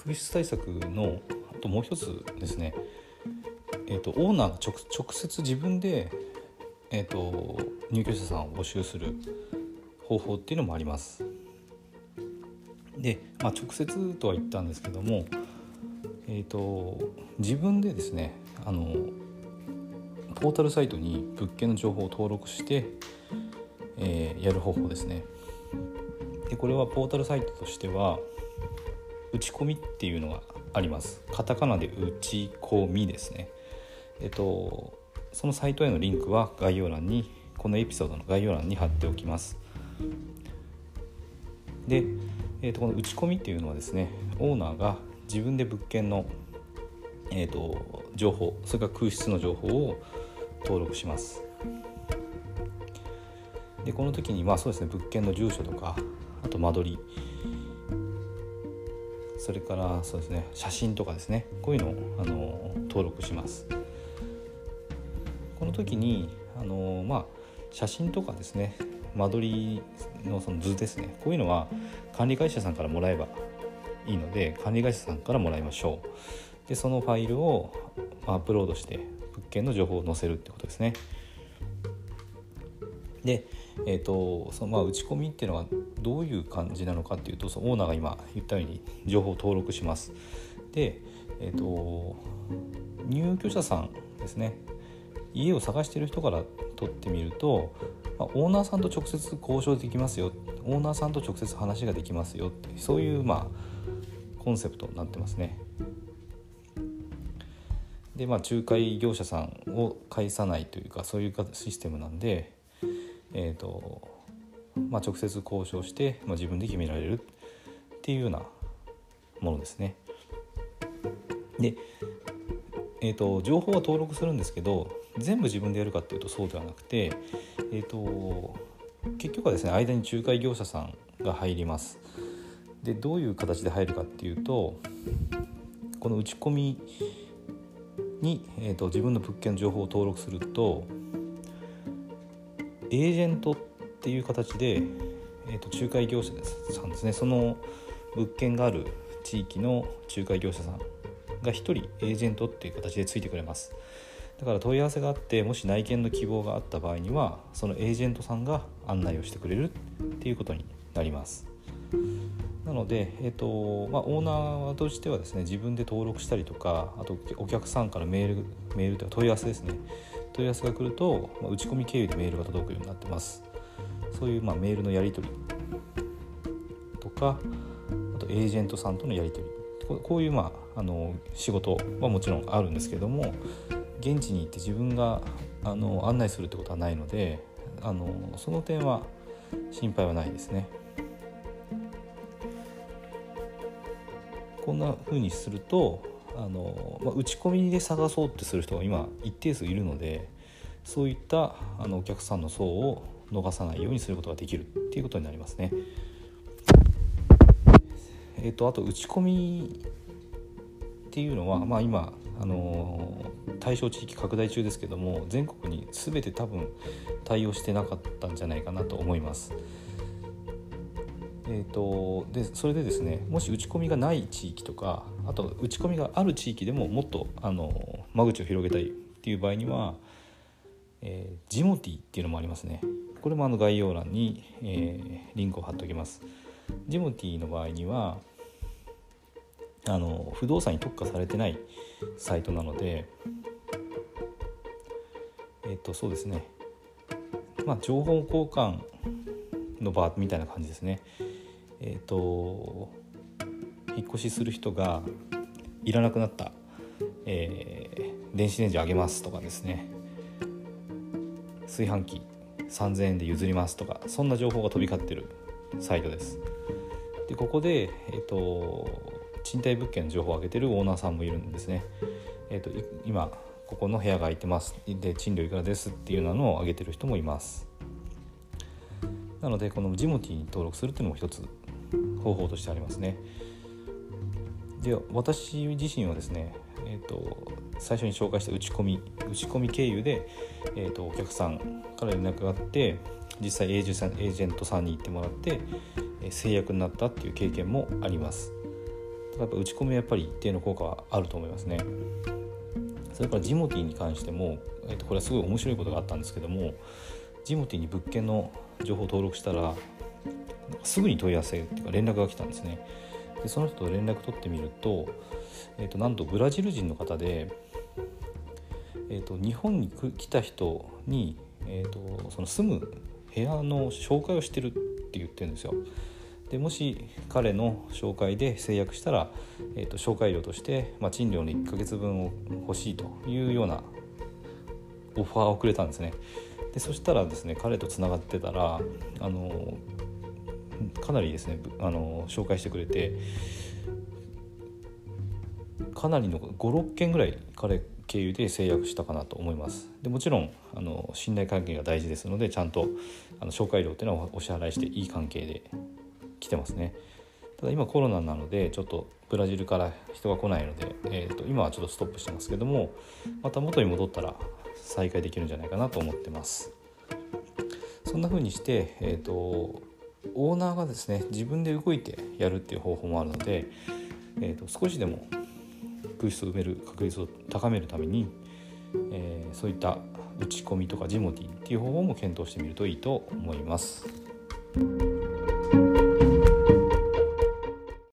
空室対策のあともう一つですね、オーナーが直接自分で、入居者さんを募集する方法っていうのもあります。で、直接とは言ったんですけども、自分でですねポータルサイトに物件の情報を登録して、やる方法ですね。でこれはポータルサイトとしては打ち込みっていうのがあります。カタカナで打ち込みですね。そのサイトへのリンクは概要欄に、このエピソードの概要欄に貼っておきます。で、この打ち込みっていうのはですね、オーナーが自分で物件の、情報、それから空室の情報を登録します。でこの時にそうですね、物件の住所とか、あと間取り、それからそうですね、写真とかですね、こういうのを登録します。この時に写真とかですね、間取りのその図ですね、こういうのは管理会社さんからもらえばいいので、管理会社さんからもらいましょう。でそのファイルをアップロードして物件の情報を載せるってことですね。で、その打ち込みっていうのはどういう感じなのかっていうと、オーナーが今言ったように情報を登録します。で、入居者さんですね、家を探している人からとってみると、オーナーさんと直接交渉できますよ、オーナーさんと直接話ができますよって、そういうコンセプトになってますね。で仲介業者さんを介さないというか、そういうシステムなんで、直接交渉して、自分で決められるっていうようなものですね。で、情報は登録するんですけど、全部自分でやるかっていうとそうではなくて、結局はですね、間に仲介業者さんが入ります。でどういう形で入るかっていうと、この打ち込みに、自分の物件の情報を登録すると、エージェントっていう形で、仲介業者さんですね、その物件がある地域の仲介業者さんが1人エージェントっていう形でついてくれます。だから問い合わせがあって、もし内見の希望があった場合には、そのエージェントさんが案内をしてくれるっていうことになります。なので、オーナーとしてはですね、自分で登録したりとか、あとお客さんからメールというか問い合わせですね、問い合わせが来ると、打ち込み経由でメールが届くようになってます。そういうメールのやり取りとか、あとエージェントさんとのやり取り、こういう仕事はもちろんあるんですけども、現地に行って自分が案内するってことはないので、その点は心配はないですね。こんな風にすると打ち込みで探そうってする人が今一定数いるので、そういったお客さんの層を逃さないようにすることができるっていうことになりますね。あと打ち込みっていうのは、今対象地域拡大中ですけども、全国に全て多分対応してなかったんじゃないかなと思います。でそれでですね、もし打ち込みがない地域とか、あと打ち込みがある地域でももっと間口を広げたいっていう場合には、ジモティっていうのもありますね。これも概要欄に、リンクを貼っておきます。ジモティの場合には不動産に特化されてないサイトなので、そうですね、情報交換の場みたいな感じですね。引っ越しする人がいらなくなった、電子レンジあげますとかですね、炊飯器3000円で譲りますとか、そんな情報が飛び交ってるサイトです。でここで、賃貸物件の情報を上げてるオーナーさんもいるんですね。今ここの部屋が空いてますで賃料いくらですっていうのを上げてる人もいます。なのでこのジモティに登録するっていうのも一つ方法としてありますね。で私自身はですね、最初に紹介した打ち込み経由で、お客さんから連絡があって、実際エージェントさんに行ってもらって、制約になったっていう経験もあります。 やっぱ打ち込みはやっぱり一定の効果はあると思いますね。それからジモティーに関しても、これはすごい面白いことがあったんですけども、ジモティーに物件の情報を登録したらすぐに問い合わせっていうか連絡が来たんですね。でその人と連絡取ってみると、なんとブラジル人の方で、日本に来た人に、その住む部屋の紹介をしてるって言ってるんですよ。でもし彼の紹介で制約したら、紹介料として、賃料の1ヶ月分を欲しいというようなオファーをくれたんですね。でそしたらですね、彼とつながってたらかなりですね紹介してくれて、かなりの 5,6 件ぐらい彼経由で制約したかなと思います。でもちろん信頼関係が大事ですので、ちゃんと紹介料っていうのはお支払いしていい関係で来てますね。ただ今コロナなのでちょっとブラジルから人が来ないので、今はちょっとストップしてますけども、また元に戻ったら再開できるんじゃないかなと思ってます。そんな風にして、オーナーがですね自分で動いてやるっていう方法もあるので、少しでも空室を埋める確率を高めるために、そういった打ち込みとかジモティーっていう方法も検討してみるといいと思います。